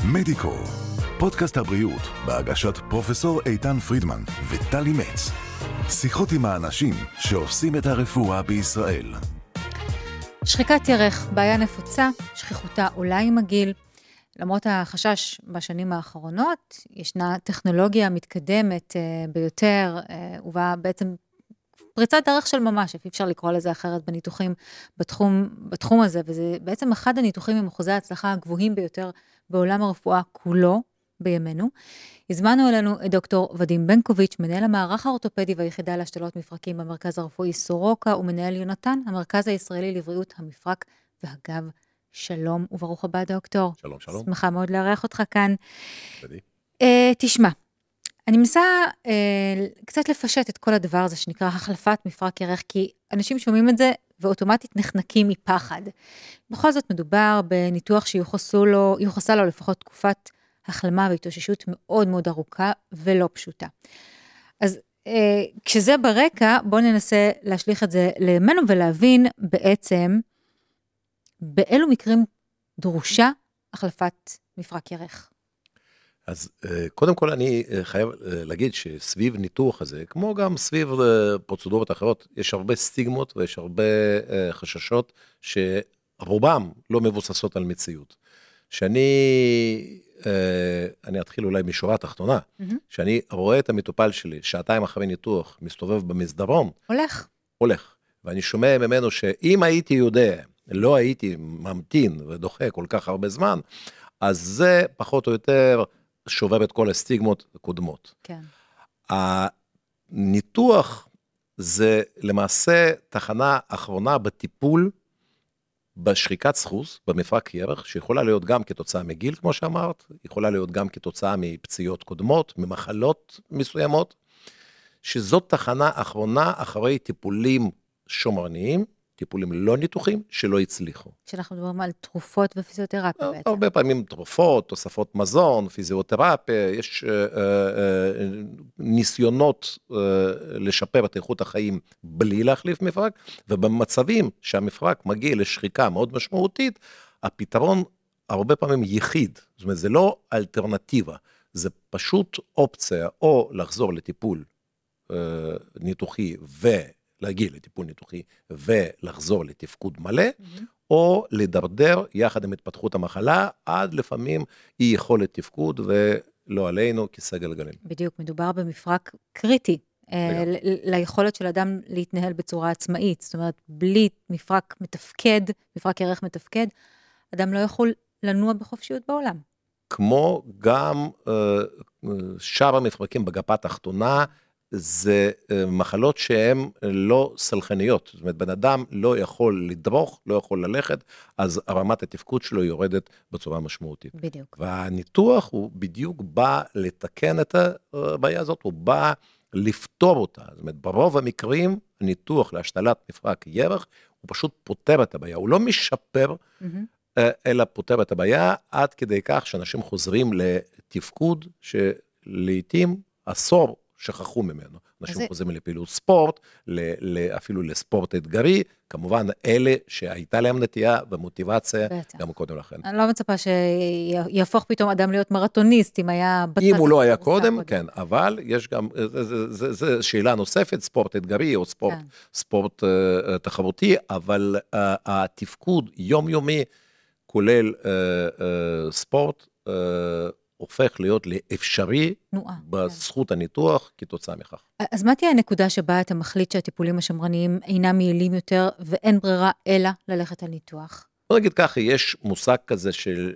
מדיקו, פודקאסט הבריאות בהגשת פרופסור איתן פרידמן וטלי מצ. שיחות עם האנשים שעושים את הרפואה בישראל. שחיקת ירך, בעיה נפוצה, שכיחותה עולה עם הגיל. למרות החשש בשנים האחרונות, ישנה טכנולוגיה מתקדמת ביותר, ובה בעצם פריצת דרך של ממש, אפשר לקרוא לזה אחרת בניתוחים בתחום הזה, וזה בעצם אחד הניתוחים עם אחוזי ההצלחה הגבוהים ביותר בעולם הרפואה כולו בימינו. הזמנו אלינו את דוקטור ודים בנקוביץ', מנהל המערך האורתופדי והיחידה להשתלות מפרקים במרכז הרפואי סורוקה, ומנהל יונתן, המרכז הישראלי לבריאות המפרק והגב. שלום וברוך הבא דוקטור. שלום, שלום. שמחה מאוד לארח אותך כאן. תודה. תשמע, אני מנסה קצת לפשט את כל הדבר הזה שנקרא החלפת מפרק ירך, כי אנשים שומעים את זה ואוטומטית נחנקים מפחד. בכל זאת מדובר בניתוח שיוחסה לו לפחות תקופת החלמה והתאוששות מאוד מאוד ארוכה ולא פשוטה. אז כשזה ברקע, בואו ננסה להשליך את זה לימינו ולהבין בעצם באילו מקרים דרושה החלפת מפרק ירך. אז קודם כל אני חייב להגיד שסביב ניתוח הזה, כמו גם סביב פרוצדורות אחרות, יש הרבה סטיגמות ויש הרבה חששות שרובם לא מבוססות על מציאות. אני אתחיל אולי משורה התחתונה, שאני רואה את המטופל שלי, שעתיים אחרי ניתוח, מסתובב במסדרון. הולך. ואני שומע ממנו שאם הייתי יודע, לא הייתי ממתין ודוחה כל כך הרבה זמן, אז זה פחות או יותר שובר את כל הסטיגמות הקודמות. כן. הניתוח זה למעשה תחנה אחרונה בטיפול בשחיקת סחוס, במפרק ירך, שיכולה להיות גם כתוצאה מגיל, כמו שאמרת, יכולה להיות גם כתוצאה מפציעות קודמות, ממחלות מסוימות, שזאת תחנה אחרונה אחרי טיפולים שומרניים, טיפולים לא ניתוחים, שלא הצליחו. כשאנחנו מדברים על תרופות ופיזיותרפיה בעצם. הרבה פעמים תרופות, תוספות מזון, פיזיותרפיה, יש ניסיונות לשפר את איכות החיים בלי להחליף מפרק, ובמצבים שהמפרק מגיע לשחיקה מאוד משמעותית, הפתרון הרבה פעמים יחיד, זאת אומרת, זה לא אלטרנטיבה, זה פשוט אופציה, או לחזור לטיפול ניתוחי להגיע לטיפול ניתוחי ולחזור לתפקוד מלא, או לדרדר יחד עם התפתחות המחלה, עד לפעמים אי יכולת תפקוד ולא עלינו כיסא גלגלים. בדיוק, מדובר במפרק קריטי, ליכולת של אדם להתנהל בצורה עצמאית, זאת אומרת, בלי מפרק מתפקד, מפרק ירך מתפקד, אדם לא יכול לנוע בחופשיות בעולם. כמו גם שאר המפרקים בגפה התחתונה, זה מחלות שהן לא סלחניות, זאת אומרת, בן אדם לא יכול לדרוך, לא יכול ללכת, אז רמת התפקוד שלו יורדת בצורה משמעותית. בדיוק. והניתוח הוא בדיוק בא לתקן את הבעיה הזאת, הוא בא לפתור אותה, זאת אומרת, ברוב המקרים, הניתוח להשתלת מפרק ירך, הוא פשוט פותר את הבעיה, הוא לא משפר, אלא פותר את הבעיה, עד כדי כך שאנשים חוזרים לתפקוד, שלעיתים עשור, שכחו ממנו. אנשים חוזרים לפעילות ספורט, אפילו לספורט אתגרי, כמובן אלה שהייתה להם נטייה ומוטיבציה, גם קודם לכן. אני לא מצפה שיהפוך פתאום אדם להיות מרתוניסט, אם הוא לא היה קודם, כן, אבל יש גם, זו שאלה נוספת, ספורט אתגרי או ספורט תחרותי, אבל התפקוד יומיומי, כולל ספורט, הופך להיות לאפשרי בזכות הניתוח כתוצאה מכך. אז מה תהיה הנקודה שבה אתה מחליט שהטיפולים השמרניים אינם יעילים יותר, ואין ברירה אלא ללכת על ניתוח? בוא נגיד ככה, יש מושג כזה של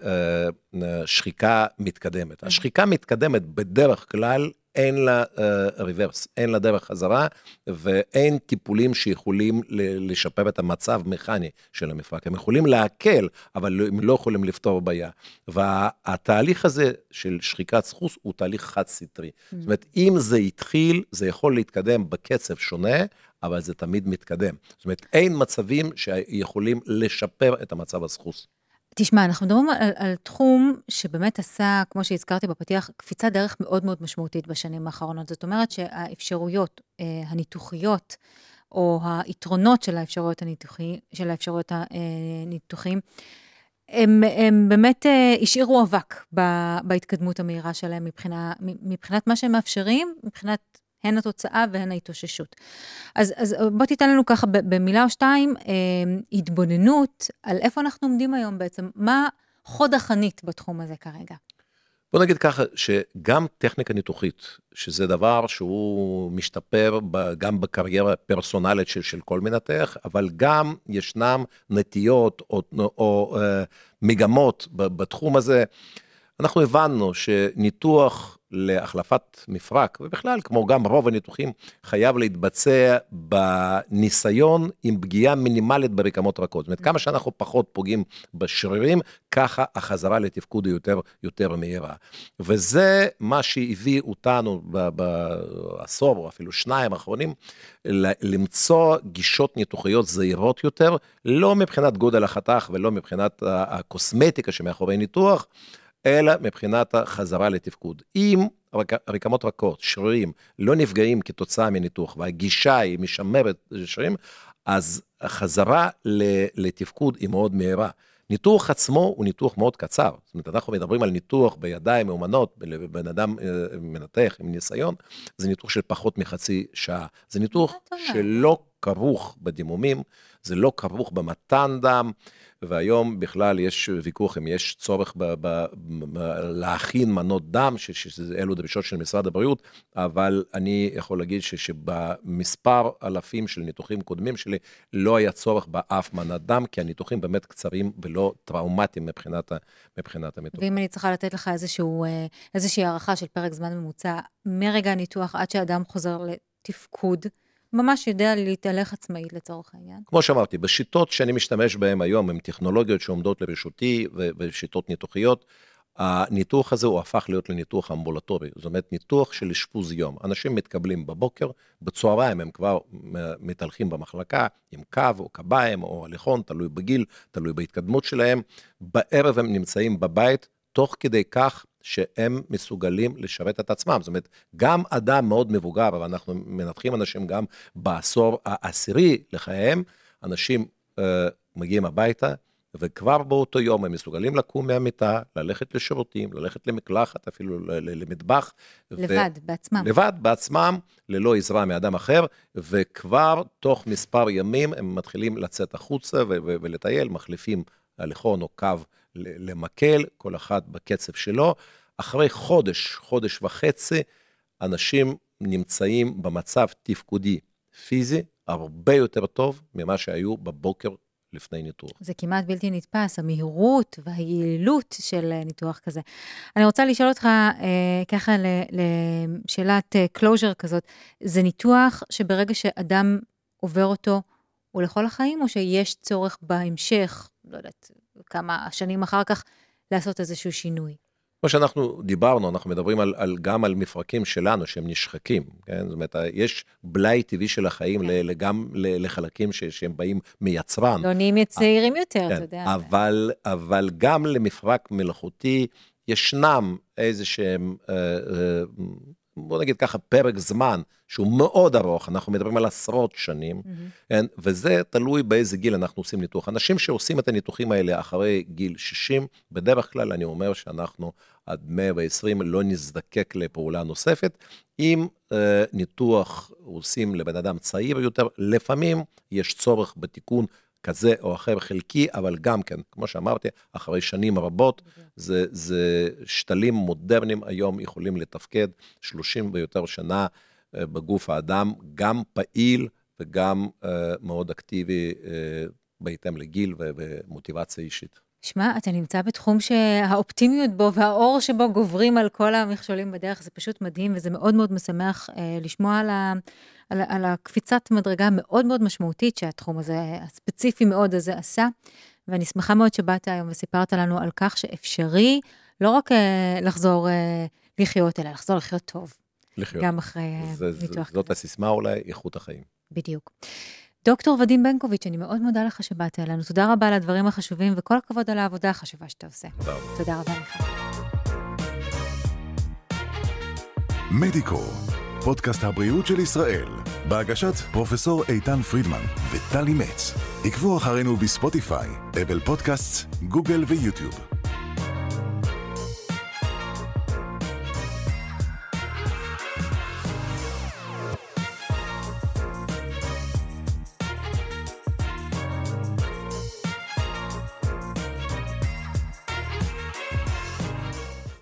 שחיקה מתקדמת. השחיקה מתקדמת בדרך כלל אין לה ריברס, אין לה דרך חזרה, ואין טיפולים שיכולים לשפר את המצב מכני של המפרק. הם יכולים להקל, אבל הם לא יכולים לפתור בעיה. והתהליך הזה של שחיקת סחוס הוא תהליך חד סטרי. זאת אומרת, אם זה התחיל, זה יכול להתקדם בקצב שונה, אבל זה תמיד מתקדם. זאת אומרת, אין מצבים שיכולים לשפר את המצב הסחוס. תשמע, אנחנו מדברים על תחום שבאמת עשה, כמו שהזכרתי בפתיח, קפיצה דרך מאוד מאוד משמעותית בשנים האחרונות. זאת אומרת שהאפשרויות הניתוחיות, או היתרונות של האפשרויות הניתוחים, הם באמת השאירו אבק בהתקדמות המהירה שלהם מבחינת מה שהם מאפשרים, מבחינת הן התוצאה והן ההתאוששות. אז בוא תיתן לנו ככה במילה או שתיים, התבוננות על איפה אנחנו עומדים היום בעצם, מה חוד החנית בתחום הזה כרגע. בוא נגיד ככה, שגם טכניקה ניתוחית, שזה דבר שהוא משתפר גם בקריירה פרסונלית של כל מנתח, אבל גם ישנם נטיות או מגמות בתחום הזה. אנחנו הבנו שניתוח להחלפת מפרק, ובכלל, כמו גם רוב הניתוחים, חייב להתבצע בניסיון עם פגיעה מינימלית ברקמות רכות. זאת אומרת, כמה שאנחנו פחות פוגעים בשרירים, ככה החזרה לתפקוד היא יותר מהירה. וזה מה שהביא אותנו בעשור, או אפילו שניים האחרונים, למצוא גישות ניתוחיות זהירות יותר, לא מבחינת גודל החתך, ולא מבחינת הקוסמטיקה שמאחורי ניתוח, אלא מבחינת החזרה לתפקוד. אם רקמות רכות, שרירים, לא נפגעים כתוצאה מניתוח, והגישה היא משמרת שרירים, אז החזרה לתפקוד היא מאוד מהירה. ניתוח עצמו הוא ניתוח מאוד קצר. זאת אומרת, אנחנו מדברים על ניתוח בידיים מאומנות, בן אדם מנתח עם ניסיון, זה ניתוח של פחות מחצי שעה. זה ניתוח שלא כרוך בדימומים, זה לא כרוך במתן דם, והיום בכלל יש ויכוח אם יש צורך להכין מנות דם, שאלו דרישות של משרד הבריאות, אבל אני יכול להגיד שבמספר אלפים של ניתוחים קודמים שלי, לא היה צורך באף מנת דם, כי הניתוחים באמת קצרים ולא טראומטיים מבחינת הניתוח. ואם אני צריכה לתת לך איזושהי הערכה של פרק זמן ממוצע, מרגע הניתוח עד שאדם חוזר לתפקוד, ממש יודע להתהלך עצמאית לצורך העניין. כמו שאמרתי, בשיטות שאני משתמש בהן היום, הן טכנולוגיות שעומדות לרשותי ושיטות ניתוחיות, הניתוח הזה הוא הפך להיות לניתוח אמבולטורי, זאת אומרת ניתוח של אשפוז יום. אנשים מתקבלים בבוקר, בצהריים הם כבר מתהלכים במחלקה עם קו או קביים או הליכון, תלוי בגיל, תלוי בהתקדמות שלהם, בערב הם נמצאים בבית, תוך כדי כך שהם מסוגלים לשרת את עצמם. זאת אומרת, גם אדם מאוד מבוגר, ואנחנו מנתחים אנשים גם בעשור העשירי לחייהם, אנשים מגיעים הביתה, וכבר באותו יום הם מסוגלים לקום מהמיטה, ללכת לשירותים, ללכת למקלחת, אפילו למטבח. לבד בעצמם, ללא עזרה מאדם אחר, וכבר תוך מספר ימים הם מתחילים לצאת החוצה ולטייל, מחליפים הליכון או קו למקל, כל אחד בקצב שלו. אחרי חודש וחצי, אנשים נמצאים במצב תפקודי פיזי, הרבה יותר טוב ממה שהיו בבוקר לפני ניתוח. זה כמעט בלתי נתפס, המהירות והיעילות של ניתוח כזה. אני רוצה לשאול אותך ככה לשאלת קלוז'ר כזאת, זה ניתוח שברגע שאדם עובר אותו, הוא לכל החיים, או שיש צורך בהמשך, לא יודעת, כמה שנים אחר כך, לעשות איזשהו שינוי? כמו שאנחנו דיברנו, אנחנו מדברים גם על מפרקים שלנו, שהם נשחקים, כן? זאת אומרת, יש בלי טבעי של החיים גם לחלקים שהם באים מיצרן. לא נהיים צעירים יותר, כן, אתה יודע. אבל גם למפרק מלאכותי, ישנם איזשהם, בוא נגיד ככה, פרק זמן, שהוא מאוד ארוך, אנחנו מדברים על עשרות שנים, כן? וזה תלוי באיזה גיל אנחנו עושים ניתוח. אנשים שעושים את הניתוחים האלה אחרי גיל 60, בדרך כלל אני אומר שאנחנו עד 120 לא נזדקק לפעולה נוספת. אם ניתוח עושים לבן אדם צעיר יותר, לפעמים יש צורך בתיקון כזה או אחר חלקי, אבל גם כן, כמו שאמרתי, אחרי שנים רבות, זה שתלים מודרניים היום יכולים לתפקד 30 ויותר שנה בגוף האדם, גם פעיל וגם מאוד אקטיבי בהתאם לגיל ומוטיבציה אישית. שמע, אתה נמצא בתחום שהאופטימיות בו והאור שבו גוברים על כל המכשולים בדרך, זה פשוט מדהים, וזה מאוד מאוד משמח לשמוע על הקפיצת מדרגה מאוד מאוד משמעותית שהתחום הזה, הספציפי מאוד הזה עשה, ואני שמחה מאוד שבאת היום וסיפרת לנו על כך שאפשרי לא רק לחזור לחיות, אלא לחזור לחיות טוב. לחיות. גם אחרי ניתוח. זאת הסיסמה אולי, איכות החיים. בדיוק. דוקטור ודים בנקוביץ', אני מאוד מודה לך שבאת אלינו. תודה רבה על הדברים החשובים, וכל הכבוד על העבודה החשובה שאתה עושה. תודה רבה לך. מדיקו, פודקאסט הבריאות של ישראל, בהגשת פרופסור איתן פרידמן וטלי מצ. עקבו אחרינו בספוטיפיי, אפל פודקאסט, גוגל ויוטיוב.